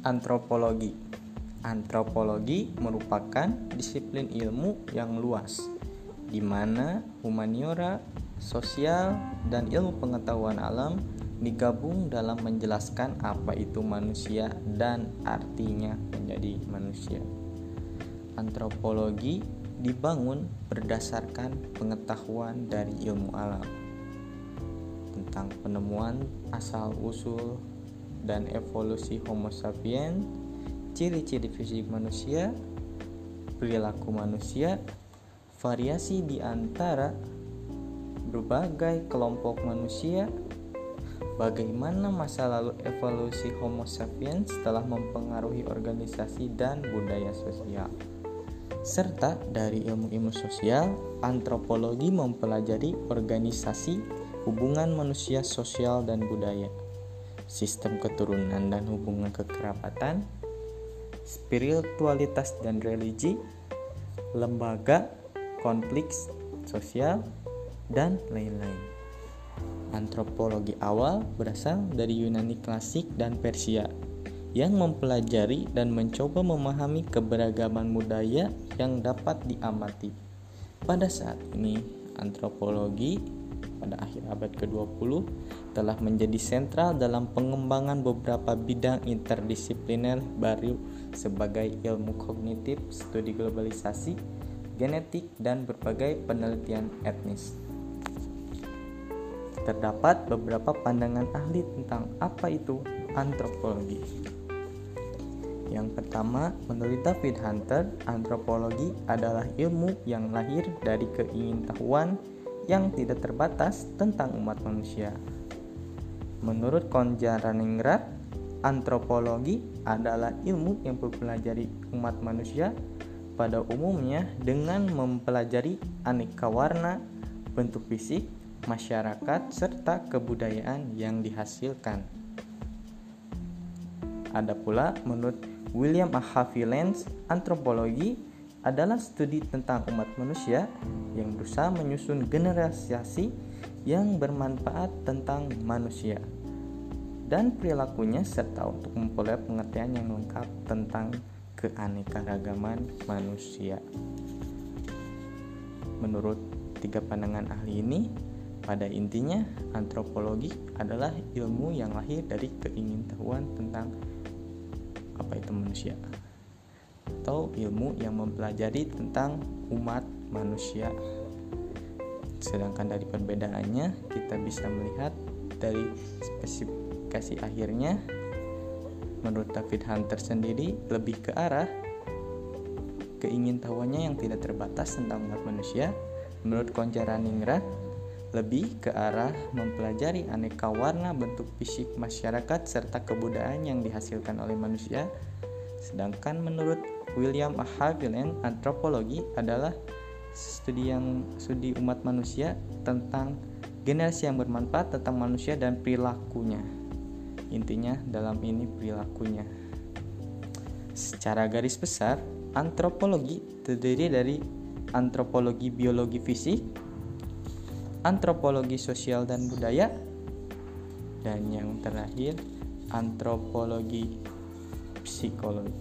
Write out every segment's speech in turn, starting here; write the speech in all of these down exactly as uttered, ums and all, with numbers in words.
Antropologi. Antropologi merupakan disiplin ilmu yang luas, di mana humaniora, sosial, dan ilmu pengetahuan alam digabung dalam menjelaskan apa itu manusia dan artinya menjadi manusia. Antropologi dibangun berdasarkan pengetahuan dari ilmu alam tentang penemuan asal-usul dan evolusi Homo sapiens, ciri-ciri fisik manusia, perilaku manusia, variasi di antara berbagai kelompok manusia, bagaimana masa lalu evolusi Homo sapiens telah mempengaruhi organisasi dan budaya sosial. Serta dari ilmu-ilmu sosial, antropologi mempelajari organisasi, hubungan manusia sosial dan budaya, sistem keturunan dan hubungan kekerabatan, spiritualitas dan religi, lembaga, konflik sosial, dan lain-lain. Antropologi awal berasal dari Yunani klasik dan Persia yang mempelajari dan mencoba memahami keberagaman budaya yang dapat diamati. Pada saat ini, antropologi pada akhir abad kedua puluh telah menjadi sentral dalam pengembangan beberapa bidang interdisipliner baru sebagai ilmu kognitif, studi globalisasi, genetik, dan berbagai penelitian etnis. Terdapat beberapa pandangan ahli tentang apa itu antropologi. Yang pertama, menurut David Hunter, antropologi adalah ilmu yang lahir dari keingintahuan yang tidak terbatas tentang umat manusia. Menurut Konjaraningrat, antropologi adalah ilmu yang mempelajari umat manusia pada umumnya dengan mempelajari aneka warna, bentuk fisik, masyarakat, serta kebudayaan yang dihasilkan. Ada pula menurut William A. Harvey Lenz, antropologi adalah studi tentang umat manusia yang berusaha menyusun generalisasi yang bermanfaat tentang manusia dan perilakunya serta untuk memperoleh pengertian yang lengkap tentang keanekaragaman manusia. Menurut tiga pandangan ahli ini, pada intinya antropologi adalah ilmu yang lahir dari keingintahuan tentang apa itu manusia, atau ilmu yang mempelajari tentang umat manusia. Sedangkan dari perbedaannya kita bisa melihat dari spesifikasi akhirnya, menurut David Hunter sendiri lebih ke arah keingintahuannya yang tidak terbatas tentang umat manusia. Menurut Konjaraningrat lebih ke arah mempelajari aneka warna, bentuk fisik masyarakat serta kebudayaan yang dihasilkan oleh manusia. Sedangkan menurut William A. Harvey Lenz, antropologi adalah studi yang studi umat manusia tentang generasi yang bermanfaat tentang manusia dan perilakunya. Intinya dalam ini perilakunya. Secara garis besar, antropologi terdiri dari antropologi biologi fisik, antropologi sosial dan budaya, dan yang terakhir antropologi psikologi.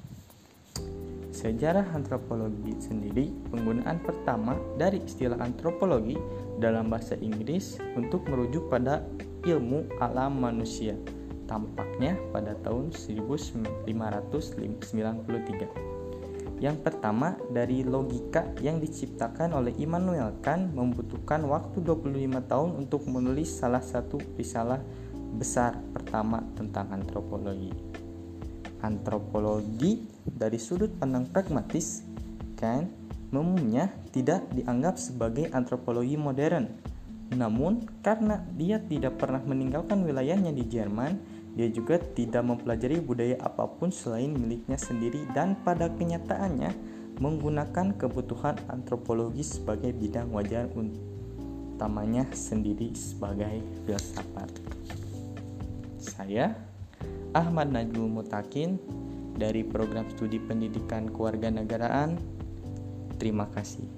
Sejarah antropologi sendiri, penggunaan pertama dari istilah antropologi dalam bahasa Inggris untuk merujuk pada ilmu alam manusia tampaknya pada tahun seribu lima ratus sembilan puluh tiga. Yang pertama, dari logika yang diciptakan oleh Immanuel Kant membutuhkan waktu dua puluh lima tahun untuk menulis salah satu risalah besar pertama tentang antropologi. Antropologi dari sudut pandang pragmatis, Kant umumnya tidak dianggap sebagai antropologi modern. Namun, karena dia tidak pernah meninggalkan wilayahnya di Jerman, dia juga tidak mempelajari budaya apapun selain miliknya sendiri dan pada kenyataannya menggunakan kebutuhan antropologi sebagai bidang wajar utamanya sendiri sebagai filsafat. Saya Ahmad Najmul Mutakin dari Program Studi Pendidikan Kewarganegaraan. Terima kasih.